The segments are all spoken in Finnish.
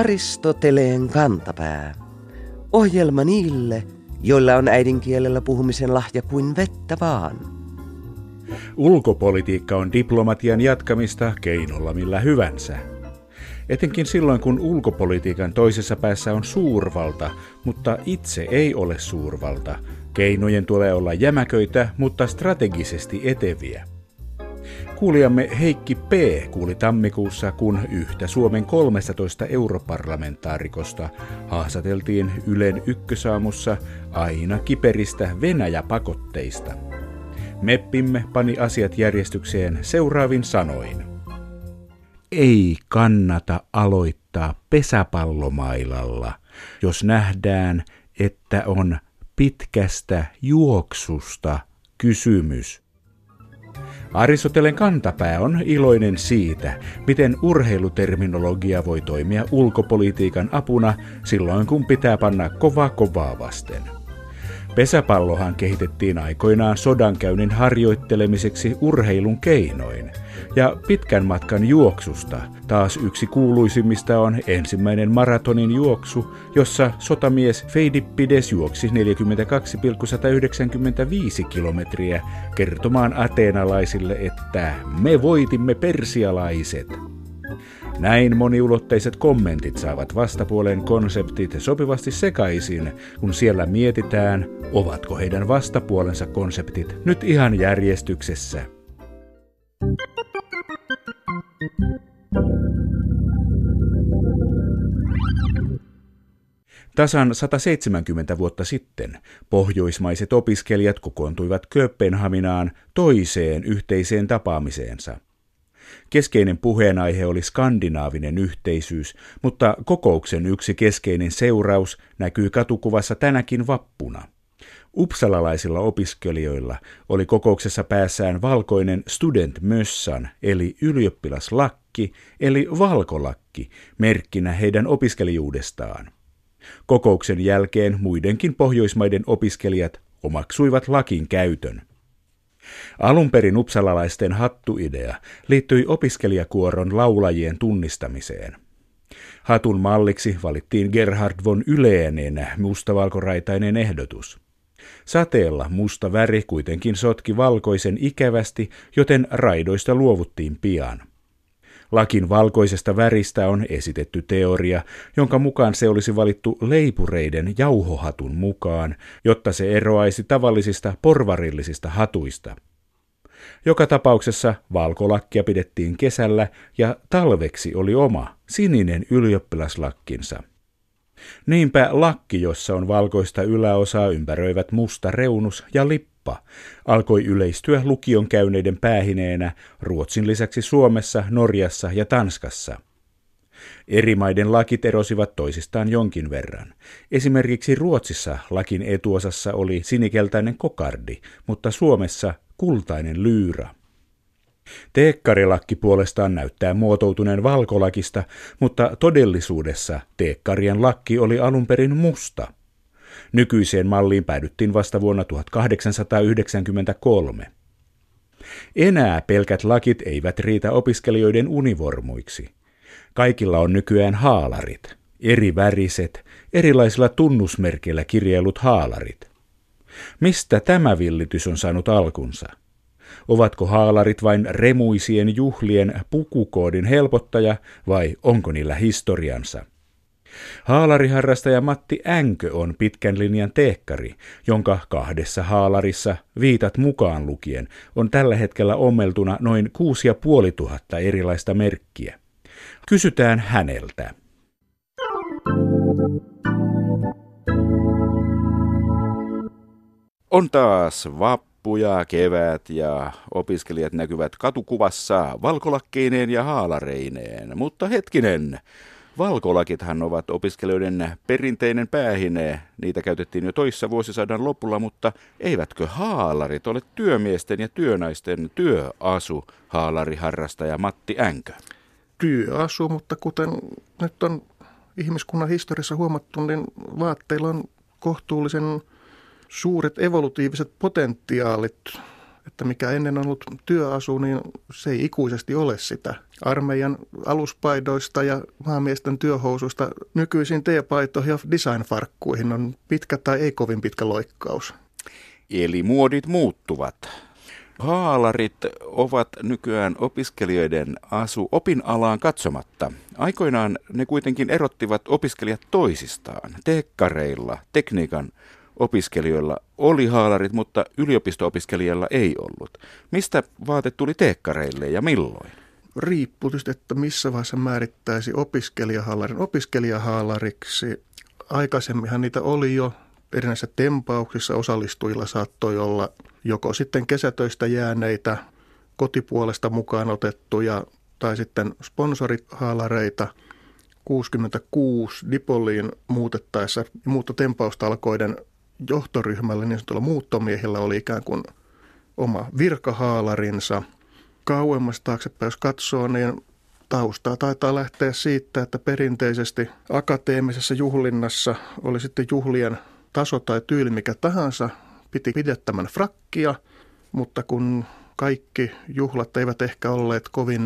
Aristoteleen kantapää. Ohjelma niille, joilla on äidinkielellä puhumisen lahja kuin vettä vaan. Ulkopolitiikka on diplomatian jatkamista keinolla millä hyvänsä. Etenkin silloin, kun ulkopolitiikan toisessa päässä on suurvalta, mutta itse ei ole suurvalta. Keinojen tulee olla jämäköitä, mutta strategisesti eteviä. Kuulijamme Heikki P. kuuli tammikuussa, kun yhtä Suomen 13 europarlamentaarikosta haastateltiin Ylen ykkösaamussa aina kiperistä Venäjä-pakotteista. Meppimme pani asiat järjestykseen seuraavin sanoin. Ei kannata aloittaa pesäpallomailalla, jos nähdään, että on pitkästä juoksusta kysymys. Aristotelen kantapää on iloinen siitä, miten urheiluterminologia voi toimia ulkopolitiikan apuna silloin, kun pitää panna kovaa vasten. Pesäpallohan kehitettiin aikoinaan sodankäynnin harjoittelemiseksi urheilun keinoin. Ja pitkän matkan juoksusta taas yksi kuuluisimmista on ensimmäinen maratonin juoksu, jossa sotamies Feidippides juoksi 42,195 kilometriä kertomaan ateenalaisille, että me voitimme persialaiset. Näin moniulotteiset kommentit saavat vastapuolen konseptit sopivasti sekaisin, kun siellä mietitään, ovatko heidän vastapuolensa konseptit nyt ihan järjestyksessä. Tasan 170 vuotta sitten pohjoismaiset opiskelijat kokoontuivat Kööpenhaminaan toiseen yhteiseen tapaamiseensa. Keskeinen puheenaihe oli skandinaavinen yhteisyys, mutta kokouksen yksi keskeinen seuraus näkyy katukuvassa tänäkin vappuna. Uppsalalaisilla opiskelijoilla oli kokouksessa päässään valkoinen studentmössan eli ylioppilaslakki eli valkolakki merkkinä heidän opiskelijuudestaan. Kokouksen jälkeen muidenkin Pohjoismaiden opiskelijat omaksuivat lakin käytön. Alun perin uppsalalaisten hattuidea liittyi opiskelijakuoron laulajien tunnistamiseen. Hatun malliksi valittiin Gerhard von Ylenen mustavalkoraitainen ehdotus. Sateella musta väri kuitenkin sotki valkoisen ikävästi, joten raidoista luovuttiin pian. Lakin valkoisesta väristä on esitetty teoria, jonka mukaan se olisi valittu leipureiden jauhohatun mukaan, jotta se eroaisi tavallisista porvarillisista hatuista. Joka tapauksessa valkolakkia pidettiin kesällä ja talveksi oli oma, sininen ylioppilaslakkinsa. Niinpä lakki, jossa on valkoista yläosaa ympäröivät musta reunus ja lippa, alkoi yleistyä lukion käyneiden päähineenä Ruotsin lisäksi Suomessa, Norjassa ja Tanskassa. Eri maiden lakit erosivat toisistaan jonkin verran. Esimerkiksi Ruotsissa lakin etuosassa oli sinikeltainen kokardi, mutta Suomessa kultainen lyyra. Teekkarilakki puolestaan näyttää muotoutuneen valkolakista, mutta todellisuudessa teekkarien lakki oli alun perin musta. Nykyiseen malliin päädyttiin vasta vuonna 1893. Enää pelkät lakit eivät riitä opiskelijoiden univormuiksi. Kaikilla on nykyään haalarit, eri väriset, erilaisilla tunnusmerkeillä kirjailut haalarit. Mistä tämä villitys on saanut alkunsa? Ovatko haalarit vain remuisien juhlien pukukoodin helpottaja vai onko niillä historiansa? Haalariharrastaja Matti Änkö on pitkän linjan teekkari, jonka 2 haalarissa, viitat mukaan lukien, on tällä hetkellä ommeltuna noin 6500 erilaista merkkiä. Kysytään häneltä. On taas vappu ja kevät ja opiskelijat näkyvät katukuvassa valkolakkeineen ja haalareineen, mutta hetkinen. Valkolakithan ovat opiskelijoiden perinteinen päähine. Niitä käytettiin jo toissa vuosisadan lopulla, mutta eivätkö haalarit ole työmiesten ja työnaisten työasu, haalariharrastaja Matti Änkö? Työasu, mutta kuten nyt on ihmiskunnan historiassa huomattu, niin vaatteilla on kohtuullisen suuret evolutiiviset potentiaalit että mikä ennen on ollut työasu, niin se ei ikuisesti ole sitä. Armeijan aluspaidoista ja maamiesten työhousuista nykyisin teepaitoihin ja designfarkkuihin on pitkä tai ei kovin pitkä loikkaus. Eli muodit muuttuvat. Haalarit ovat nykyään opiskelijoiden asu opinalaan katsomatta. Aikoinaan ne kuitenkin erottivat opiskelijat toisistaan. Teekkareilla, tekniikan opiskelijoilla oli haalarit, mutta yliopisto-opiskelijalla ei ollut. Mistä vaate tuli teekkareille ja milloin? Riippuu tietysti, että missä vaiheessa määrittäisi opiskelijahaalarin opiskelijahaalariksi. Aikaisemminhan niitä oli jo erinäisissä tempauksissa, osallistujilla saattoi olla joko sitten kesätöistä jääneitä, kotipuolesta mukaan otettuja tai sitten sponsorihaalareita. 66 Dipoliin muutettaessa muuttotempaustalkoiden johtoryhmällä niin sanotulla muuttomiehillä oli ikään kuin oma virkahaalarinsa. Kauemmas taaksepäin, jos katsoo, niin taustaa taitaa lähteä siitä, että perinteisesti akateemisessa juhlinnassa oli sitten juhlien taso tai tyyli mikä tahansa, piti pidettämän frakkia, mutta kun kaikki juhlat eivät ehkä olleet kovin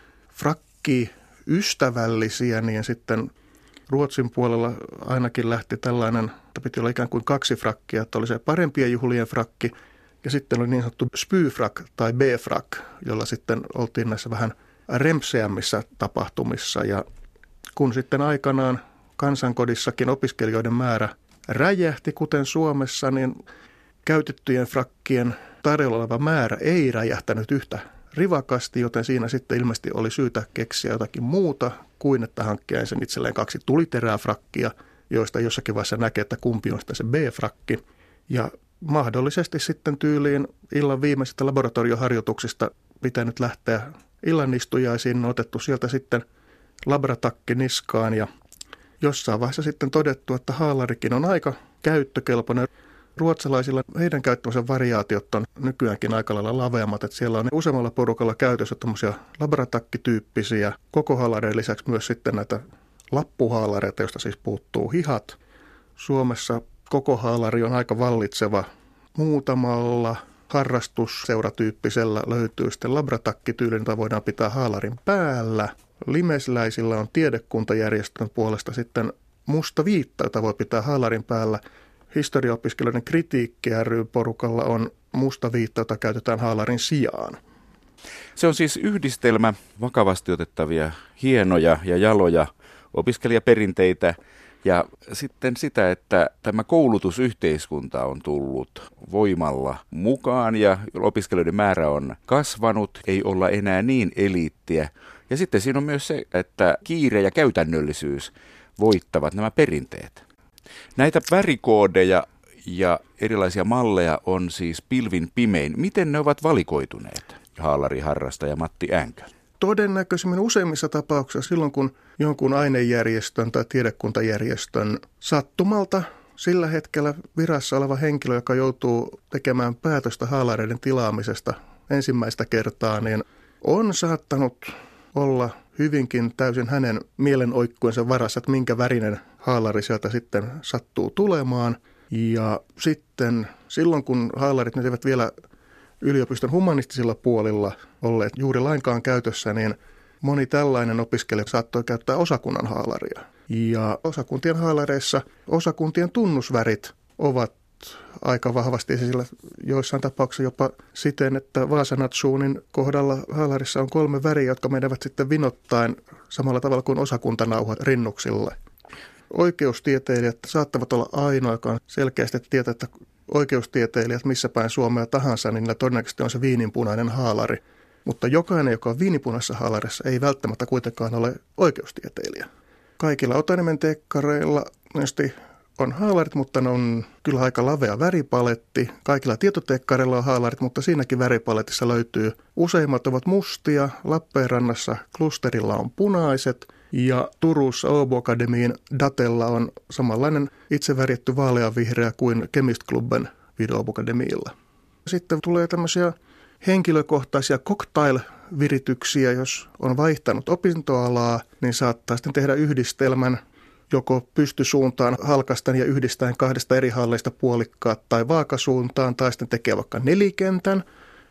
frakkiystävällisiä, niin sitten Ruotsin puolella ainakin lähti tällainen, että piti olla ikään kuin 2 frakkia, että oli se parempien juhlien frakki ja sitten oli niin sanottu spyfrak tai B-frak, jolla sitten oltiin näissä vähän rempseämmissä tapahtumissa ja kun sitten aikanaan kansankodissakin opiskelijoiden määrä räjähti, kuten Suomessa, niin käytettyjen frakkien tarjolla oleva määrä ei räjähtänyt yhtä rivakasti, joten siinä sitten ilmeisesti oli syytä keksiä jotakin muuta kuin, että hankkia ensin itselleen 2 tuliterää frakkia, joista jossakin vaiheessa näkee, että kumpi on sitten se B-frakki. Ja mahdollisesti sitten tyyliin illan viimeisistä laboratorioharjoituksista pitänyt lähteä illanistujaisiin, on otettu sieltä sitten labratakki niskaan ja jossain vaiheessa sitten todettu, että haalarikin on aika käyttökelpoinen. Ruotsalaisilla heidän käyttämänsä variaatiot on nykyäänkin aika lailla laveammat, että siellä on useammalla porukalla käytössä tämmöisiä labratakkityyppisiä kokohaalareiden lisäksi myös sitten näitä lappuhaalareita, joista siis puuttuu hihat. Suomessa kokohaalari on aika vallitseva. Muutamalla harrastusseuratyyppisellä löytyy sitten labratakkityyli, jota voidaan pitää haalarin päällä. Limesläisillä on tiedekuntajärjestön puolesta sitten musta viitta, jota voi pitää haalarin päällä. Historiaopiskelijoiden kritiikki ry-porukalla on musta viitta, jota käytetään haalarin sijaan. Se on siis yhdistelmä vakavasti otettavia hienoja ja jaloja opiskelijaperinteitä ja sitten sitä, että tämä koulutusyhteiskunta on tullut voimalla mukaan ja opiskelijoiden määrä on kasvanut, ei olla enää niin eliittiä. Ja sitten siinä on myös se, että kiire ja käytännöllisyys voittavat nämä perinteet. Näitä värikoodeja ja erilaisia malleja on siis pilvin pimein. Miten ne ovat valikoituneet, haalariharrastaja Matti Äänkö? Todennäköisemmin useimmissa tapauksissa silloin, kun jonkun ainejärjestön tai tiedekuntajärjestön sattumalta sillä hetkellä virassa oleva henkilö, joka joutuu tekemään päätöstä haalareiden tilaamisesta ensimmäistä kertaa, niin on saattanut olla hyvinkin täysin hänen mielenoikkuensa varassa, että minkä värinen haalari sieltä sitten sattuu tulemaan. Ja sitten silloin, kun haalarit nyt eivät vielä yliopiston humanistisilla puolilla olleet juuri lainkaan käytössä, niin moni tällainen opiskelija saattoi käyttää osakunnan haalaria. Ja osakuntien haalareissa osakuntien tunnusvärit ovat aika vahvasti esillä joissain tapauksissa jopa siten, että Vaasanatsuunin kohdalla haalarissa on 3 väriä, jotka menevät sitten vinottaen samalla tavalla kuin osakuntanauhat rinnuksille. Oikeustieteilijät saattavat olla ainoa, joka on selkeästi tietää, että oikeustieteilijät missä päin Suomea tahansa, niin niillä todennäköisesti on se viininpunainen haalari. Mutta jokainen, joka on viininpunaisessa haalarissa, ei välttämättä kuitenkaan ole oikeustieteilijä. Kaikilla Otanimen teekkareilla on haalarit, mutta ne on kyllä aika lavea väripaletti. Kaikilla tietoteekkareilla on haalarit, mutta siinäkin väripaletissa löytyy. Useimmat ovat mustia, Lappeenrannassa klusterilla on punaiset ja Turussa Åbo Akademiin Datella on samanlainen itse värjätty vaaleanvihreä kuin Chemist Cluben Video Åbo Akademiilla. Sitten tulee tämmöisiä henkilökohtaisia cocktail-virityksiä, jos on vaihtanut opintoalaa, niin saattaa sitten tehdä yhdistelmän joko pystysuuntaan halkaisten ja yhdistäen 2 eri halleista puolikkaat tai vaakasuuntaan, tai sitten tekee vaikka nelikentän,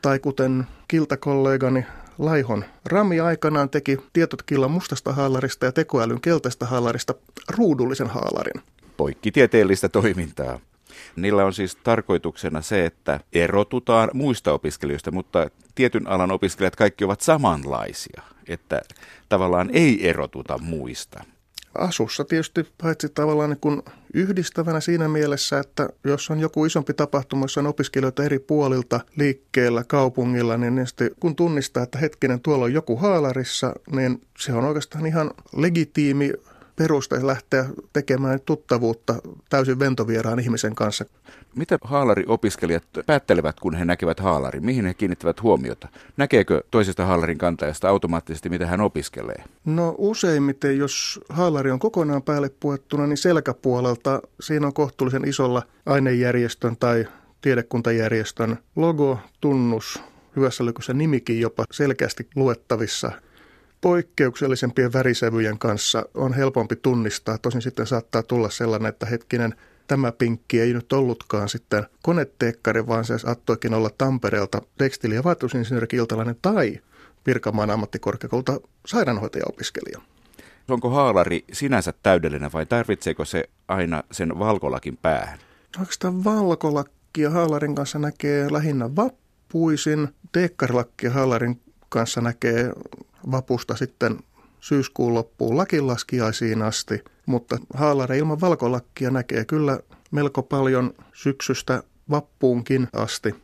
Tai kuten kiltakollegani Laihon Rami aikanaan teki tietotkillan mustasta haalarista ja tekoälyn keltaista haalarista ruudullisen haalarin. Poikkitieteellistä toimintaa. Niillä on siis tarkoituksena se, että erotutaan muista opiskelijoista, mutta tietyn alan opiskelijat kaikki ovat samanlaisia, että tavallaan ei erotuta muista. Asussa tietysti paitsi tavallaan niin kuin yhdistävänä siinä mielessä, että jos on joku isompi tapahtuma, jossa on opiskelijoita eri puolilta liikkeellä kaupungilla, niin sitten kun tunnistaa, että hetkinen tuolla on joku haalarissa, niin se on oikeastaan ihan legitiimi peruste lähteä tekemään tuttavuutta täysin ventovieraan ihmisen kanssa. Mitä haalariopiskelijat päättelevät, kun he näkevät haalarin? Mihin he kiinnittävät huomiota? Näkeekö toisesta haalarin kantajasta automaattisesti, mitä hän opiskelee? No useimmiten, jos haalari on kokonaan päälle puettuna, niin selkäpuolelta siinä on kohtuullisen isolla ainejärjestön tai tiedekuntajärjestön logo, tunnus, hyvässä lykyssä nimikin jopa selkeästi luettavissa. Poikkeuksellisempien värisävyjen kanssa on helpompi tunnistaa. Tosin sitten saattaa tulla sellainen, että hetkinen, tämä pinkki ei nyt ollutkaan sitten koneteekkari, vaan se saattoikin olla Tampereelta tekstiili- ja vaatetusinsinööri-kiltalainen tai Pirkanmaan ammattikorkeakoululta sairaanhoitajaopiskelija. Onko haalari sinänsä täydellinen vai tarvitseeko se aina sen valkolakin päähän? Oikeastaan valkolakkia haalarin kanssa näkee lähinnä vappuisin. Teekkarilakkia haalarin kanssa näkee vapusta sitten syyskuun loppuun lakinlaskiaisiin asti, mutta haalari ilman valkolakkia näkee kyllä melko paljon syksystä vappuunkin asti.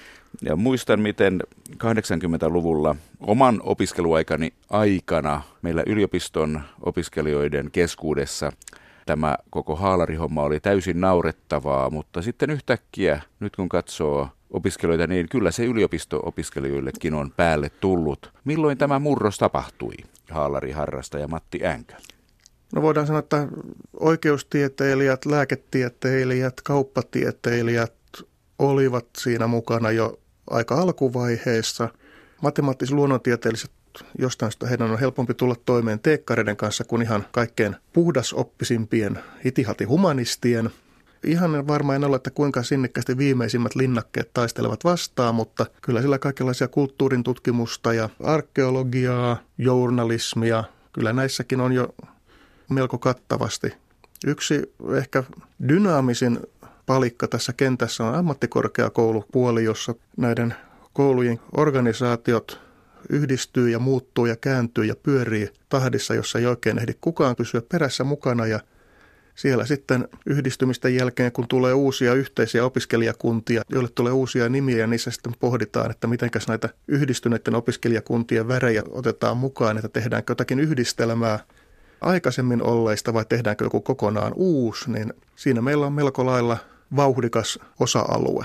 Ja muistan, miten 80-luvulla oman opiskeluaikani aikana meillä yliopiston opiskelijoiden keskuudessa tämä koko haalarihomma oli täysin naurettavaa, mutta sitten yhtäkkiä, nyt kun katsoo opiskelijoita, niin kyllä se yliopisto-opiskelijoillekin on päälle tullut. Milloin tämä murros tapahtui, haalariharrastaja Matti Änkä? No voidaan sanoa, että oikeustieteilijät, lääketieteilijät, kauppatieteilijät olivat siinä mukana jo aika alkuvaiheessa. Matemaattis-luonnontieteelliset, jostain sitä heidän on helpompi tulla toimeen teekkareiden kanssa kuin ihan kaikkein puhdasoppisimpien hitihati-humanistien. Ihan varma en ole, että kuinka sinnikkäästi viimeisimmät linnakkeet taistelevat vastaan, mutta kyllä sillä kaikenlaisia kulttuurin tutkimusta ja arkeologiaa, journalismia, kyllä näissäkin on jo melko kattavasti. Yksi ehkä dynaamisin palikka tässä kentässä on ammattikorkeakoulupuoli, jossa näiden koulujen organisaatiot yhdistyy ja muuttuu ja kääntyy ja pyörii tahdissa, jossa ei oikein ehdi kukaan pysyä perässä mukana. Ja siellä sitten yhdistymisten jälkeen, kun tulee uusia yhteisiä opiskelijakuntia, joille tulee uusia nimiä, niin niissä sitten pohditaan, että mitenkäs näitä yhdistyneiden opiskelijakuntien värejä otetaan mukaan, että tehdäänkö jotakin yhdistelmää aikaisemmin olleista vai tehdäänkö joku kokonaan uusi, niin siinä meillä on melko lailla vauhdikas osa-alue.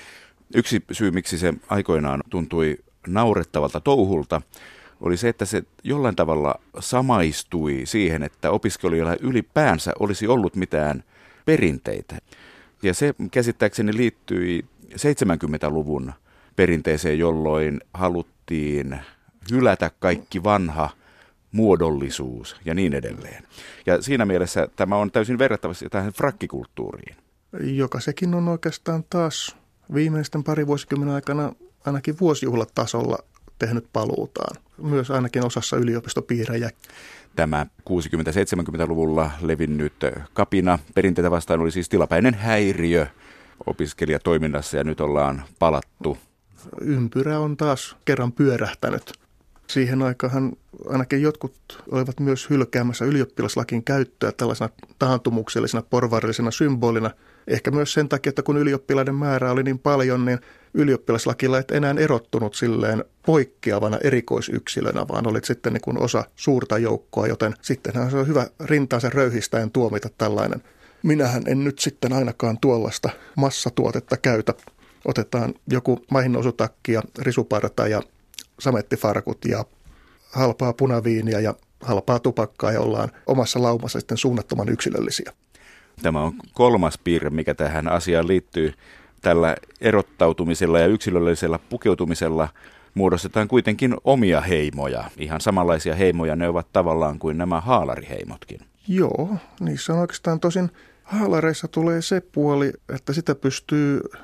Yksi syy, miksi se aikoinaan tuntui naurettavalta touhulta, oli se, että se jollain tavalla samaistui siihen, että opiskelijoilla ylipäänsä olisi ollut mitään perinteitä. Ja se käsittääkseni liittyi 70-luvun perinteeseen, jolloin haluttiin hylätä kaikki vanha muodollisuus ja niin edelleen. Ja siinä mielessä tämä on täysin verrattavasti tähän frakkikulttuuriin. Joka sekin on oikeastaan taas viimeisten pari vuosikymmenen aikana ainakin vuosijuhlatasolla tehnyt paluutaan. Myös ainakin osassa yliopistopiirejä. Tämä 60-70-luvulla levinnyt kapina perinteitä vastaan oli siis tilapäinen häiriö opiskelijatoiminnassa ja nyt ollaan palattu. Ympyrä on taas kerran pyörähtänyt. Siihen aikaan ainakin jotkut olivat myös hylkäämässä ylioppilaslakin käyttöä tällaisena taantumuksellisena porvarillisena symbolina. Ehkä myös sen takia, että kun ylioppilaiden määrä oli niin paljon, niin ylioppilaslakilla et enää erottunut silleen poikkeavana erikoisyksilönä, vaan olit sitten niin kuin osa suurta joukkoa, joten sittenhän se on hyvä rintaansa röyhistäen tuomita tällainen. Minähän en nyt sitten ainakaan tuollaista massatuotetta käytä. Otetaan joku maihinnousutakki ja risuparta ja samettifarkut ja halpaa punaviiniä ja halpaa tupakkaa ja ollaan omassa laumassa sitten suunnattoman yksilöllisiä. Tämä on kolmas piirre, mikä tähän asiaan liittyy. Tällä erottautumisella ja yksilöllisellä pukeutumisella muodostetaan kuitenkin omia heimoja. Ihan samanlaisia heimoja ne ovat tavallaan kuin nämä haalariheimotkin. Joo, niissä on oikeastaan tosin haalareissa tulee se puoli, että sitä pystyy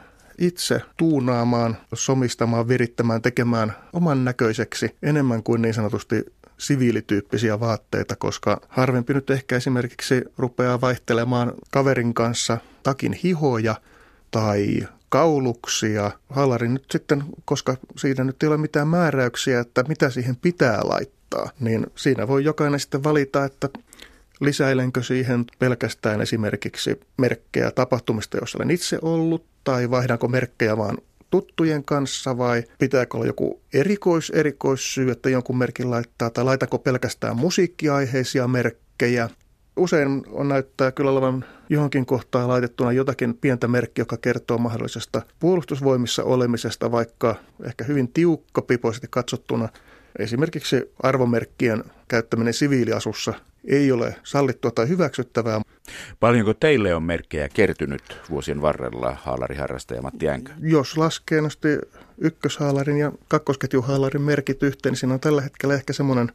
itse tuunaamaan, somistamaan, virittämään, tekemään oman näköiseksi enemmän kuin niin sanotusti siviilityyppisiä vaatteita, koska harvempi nyt ehkä esimerkiksi rupeaa vaihtelemaan kaverin kanssa takin hihoja tai kauluksia. Haalari nyt sitten, koska siinä nyt ei ole mitään määräyksiä, että mitä siihen pitää laittaa, niin siinä voi jokainen sitten valita, että lisäilenkö siihen pelkästään esimerkiksi merkkejä tapahtumista, joissa olen itse ollut, tai vaihdanko merkkejä vaan tuttujen kanssa, vai pitääkö olla joku erikoissyy, että jonkun merkin laittaa, tai laitanko pelkästään musiikkiaiheisia merkkejä. Usein näyttää kyllä olevan johonkin kohtaan laitettuna jotakin pientä merkkiä, joka kertoo mahdollisesta puolustusvoimissa olemisesta, vaikka ehkä hyvin tiukkapipoisesti katsottuna. Esimerkiksi arvomerkkien käyttäminen siviiliasussa ei ole sallittua tai hyväksyttävää. Paljonko teille on merkkejä kertynyt vuosien varrella, haalariharrastaja Matti Änkä? Jos laskee nosti ykköshaalarin ja kakkosketjuhaalarin merkit yhteen, niin siinä on tällä hetkellä ehkä semmoinen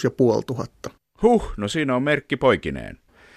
6500. No siinä on merkki poikineen.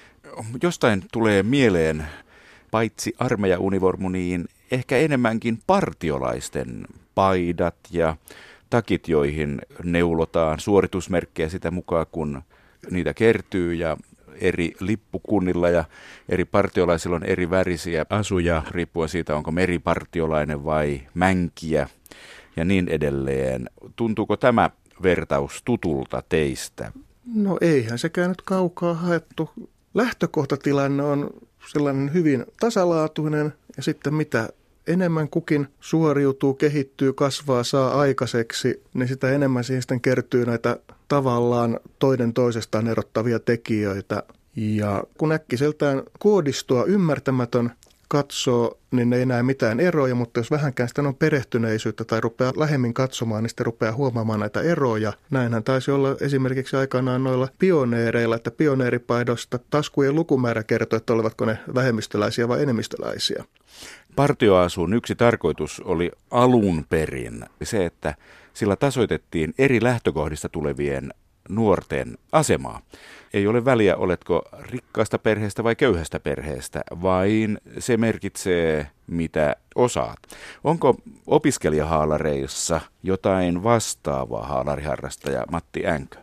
Jostain tulee mieleen, paitsi armeijaunivormu, niin ehkä enemmänkin partiolaisten paidat ja takit, joihin neulotaan suoritusmerkkejä sitä mukaan, kun niitä kertyy, ja eri lippukunnilla ja eri partiolaisilla on eri värisiä asuja, riippuen siitä, onko meripartiolainen vai mänkiä ja niin edelleen. Tuntuuko tämä vertaus tutulta teistä? No eihän sekään nyt kaukaa haettu. Lähtökohtatilanne on sellainen hyvin tasalaatuinen, ja sitten mitä enemmän kukin suoriutuu, kehittyy, kasvaa, saa aikaiseksi, niin sitä enemmän siihen sitten kertyy näitä tavallaan toinen toisestaan erottavia tekijöitä. Ja kun äkkiseltään koodistua ymmärtämätön katsoo, niin ei näe mitään eroja, mutta jos vähänkään sitä on perehtyneisyyttä tai rupeaa lähemmin katsomaan, niin sitten rupeaa huomaamaan näitä eroja. Näinhän taisi olla esimerkiksi aikanaan noilla pioneereilla, että pioneeripaidosta taskujen lukumäärä kertoi, että olivatko ne vähemmistöläisiä vai enemmistöläisiä. Partioasun yksi tarkoitus oli alun perin se, että sillä tasoitettiin eri lähtökohdista tulevien nuorten asemaa. Ei ole väliä, oletko rikkaasta perheestä vai köyhästä perheestä, vain se merkitsee, mitä osaat. Onko opiskelijahaalareissa jotain vastaavaa, haalariharrastaja Matti Änkä?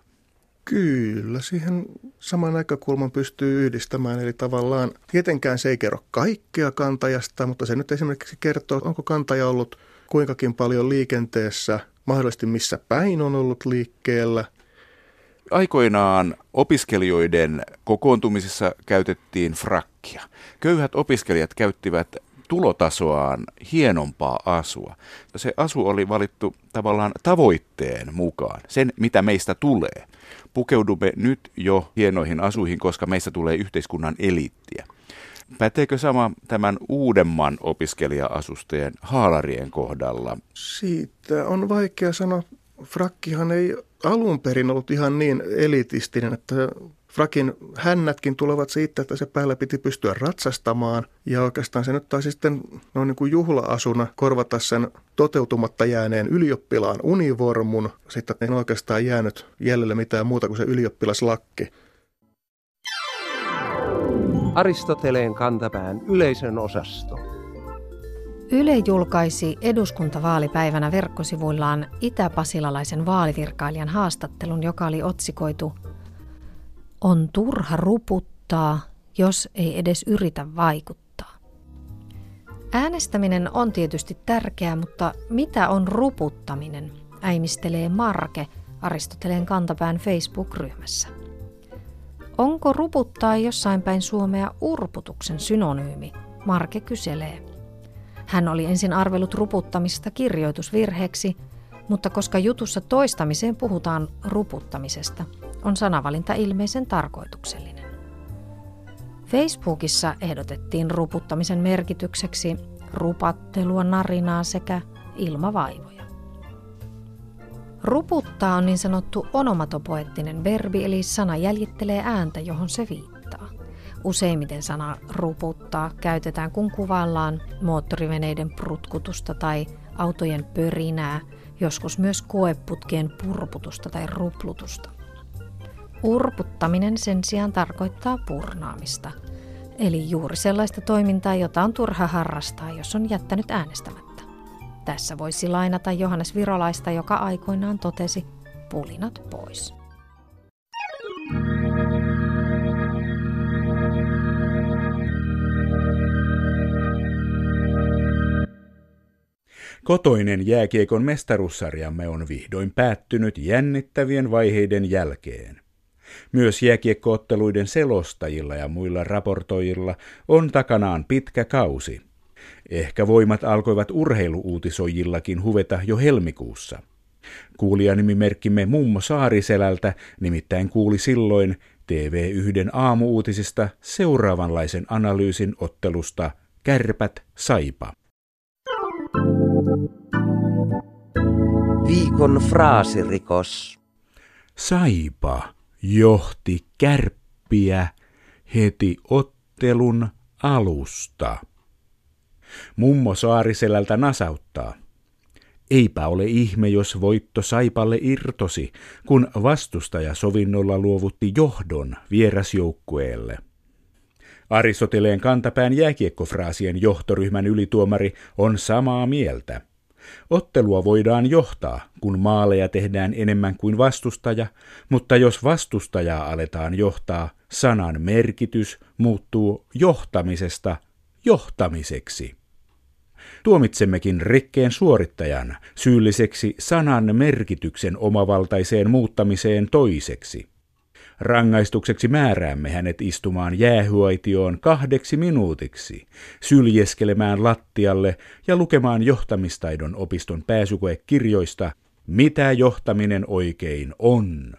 Kyllä, siihen saman näkökulman pystyy yhdistämään, eli tavallaan tietenkään se ei kerro kaikkea kantajasta, mutta se nyt esimerkiksi kertoo, onko kantaja ollut kuinkakin paljon liikenteessä, mahdollisesti missä päin on ollut liikkeellä. Aikoinaan opiskelijoiden kokoontumisissa käytettiin frakkia. Köyhät opiskelijat käyttivät tulotasoaan hienompaa asua. Se asu oli valittu tavallaan tavoitteen mukaan, sen mitä meistä tulee. Pukeudumme nyt jo hienoihin asuihin, koska meistä tulee yhteiskunnan eliittiä. Päteekö sama tämän uudemman opiskelija-asusteen haalarien kohdalla? Siitä on vaikea sanoa. Frakkihan ei alun perin ollut ihan niin elitistinen, että frakin hännätkin tulevat siitä, että se päällä piti pystyä ratsastamaan. Ja oikeastaan se nyt taisi sitten noin niin kuin juhla-asuna korvata sen toteutumatta jääneen ylioppilaan univormun. Sitten ei oikeastaan jäänyt jäljelle mitään muuta kuin se ylioppilaslakki. Aristoteleen kantapään yleisön osasto. Yle julkaisi eduskuntavaalipäivänä verkkosivuillaan itä-pasilalaisen vaalivirkailijan haastattelun, joka oli otsikoitu "On turha ruputtaa, jos ei edes yritä vaikuttaa". Äänestäminen on tietysti tärkeää, mutta mitä on ruputtaminen, äimistelee Marke Aristoteleen kantapään Facebook-ryhmässä. Onko ruputtaa jossain päin Suomea urputuksen synonyymi, Marke kyselee. Hän oli ensin arvellut ruputtamista kirjoitusvirheeksi, mutta koska jutussa toistamiseen puhutaan ruputtamisesta, on sanavalinta ilmeisen tarkoituksellinen. Facebookissa ehdotettiin ruputtamisen merkitykseksi rupattelua, narinaa sekä ilmavaivoja. Ruputtaa on niin sanottu onomatopoeettinen verbi, eli sana jäljittelee ääntä, johon se viittaa. Useimmiten sana ruputtaa käytetään, kun kuvaillaan moottoriveneiden prutkutusta tai autojen pörinää, joskus myös koeputkien purputusta tai ruplutusta. Urputtaminen sen sijaan tarkoittaa purnaamista, eli juuri sellaista toimintaa, jota on turha harrastaa, jos on jättänyt äänestämättä. Tässä voisi lainata Johannes Virolaista, joka aikoinaan totesi pulinat pois. Kotoinen jääkiekon mestaruussarjamme on vihdoin päättynyt jännittävien vaiheiden jälkeen. Myös jääkiekkootteluiden selostajilla ja muilla raportoijilla on takanaan pitkä kausi. Ehkä voimat alkoivat urheiluutisoijillakin huveta jo helmikuussa. Kuulijanimimerkkimme Mummo Saariselältä nimittäin kuuli silloin TV1 aamu-uutisista seuraavanlaisen analyysin ottelusta Kärpät Saipa. Viikon fraasirikos. Saipa johti Kärppiä heti ottelun alusta. Mummo Saariselältä nasauttaa. Eipä ole ihme, jos voitto Saipalle irtosi, kun vastustaja sovinnolla luovutti johdon vierasjoukkueelle. Aristoteleen kantapään jääkiekkofraasien johtoryhmän ylituomari on samaa mieltä. Ottelua voidaan johtaa, kun maaleja tehdään enemmän kuin vastustaja, mutta jos vastustajaa aletaan johtaa, sanan merkitys muuttuu johtamisesta johtamiseksi. Tuomitsemmekin rikkeen suorittajan syylliseksi sanan merkityksen omavaltaiseen muuttamiseen toiseksi. Rangaistukseksi määräämme hänet istumaan jäähyaitioon 2 minuutiksi, syljeskelemään lattialle ja lukemaan johtamistaidon opiston pääsykoekirjoista, mitä johtaminen oikein on.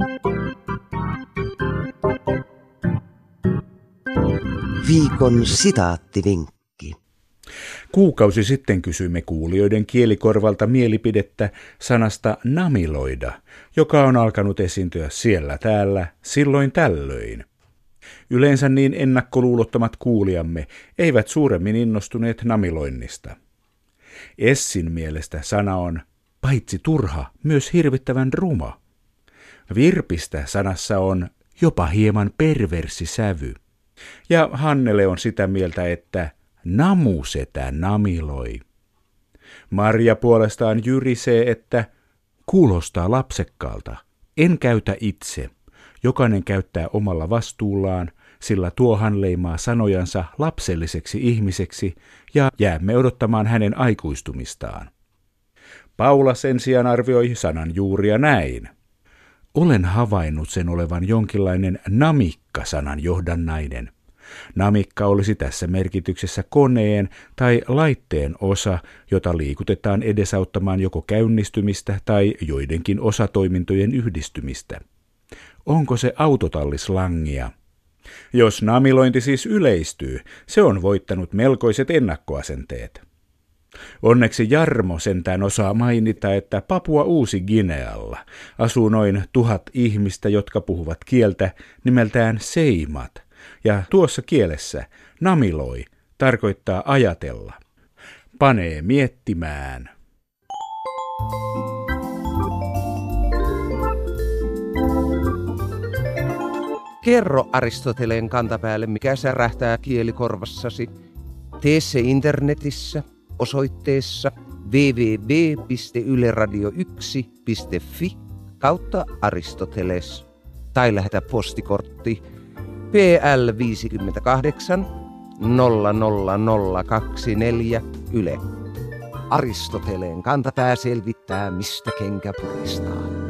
Viikon sitaattivinkki. Kuukausi sitten kysyimme kuulijoiden kielikorvalta mielipidettä sanasta namiloida, joka on alkanut esiintyä siellä täällä, silloin tällöin. Yleensä niin ennakkoluulottomat kuulijamme eivät suuremmin innostuneet namiloinnista. Essin mielestä sana on paitsi turha, myös hirvittävän ruma. Virpistä sanassa on jopa hieman perversi sävy. Ja Hannele on sitä mieltä, että namusetä namiloi. Marja puolestaan jyrisee, että kuulostaa lapsekkaalta. En käytä itse. Jokainen käyttää omalla vastuullaan, sillä tuohan leimaa sanojansa lapselliseksi ihmiseksi ja jäämme odottamaan hänen aikuistumistaan. Paula sen sijaan arvioi sanan juuria näin. Olen havainnut sen olevan jonkinlainen namikka-sanan johdannainen. Namikka olisi tässä merkityksessä koneen tai laitteen osa, jota liikutetaan edesauttamaan joko käynnistymistä tai joidenkin osatoimintojen yhdistymistä. Onko se autotallislangia? Jos namilointi siis yleistyy, se on voittanut melkoiset ennakkoasenteet. Onneksi Jarmo sentään osaa mainita, että Papua Uusi-Ginealla asuu noin 1000 ihmistä, jotka puhuvat kieltä nimeltään seimat. Ja tuossa kielessä namiloi tarkoittaa ajatella. Panee miettimään. Kerro Aristoteleen kantapäälle, mikä särähtää kielikorvassasi. Tee se internetissä osoitteessa www.yleradio1.fi/Aristoteles tai lähetä postikortti PL 58 00024 Yle. Aristoteleen kantapää selvittää, mistä kenkä puristaa.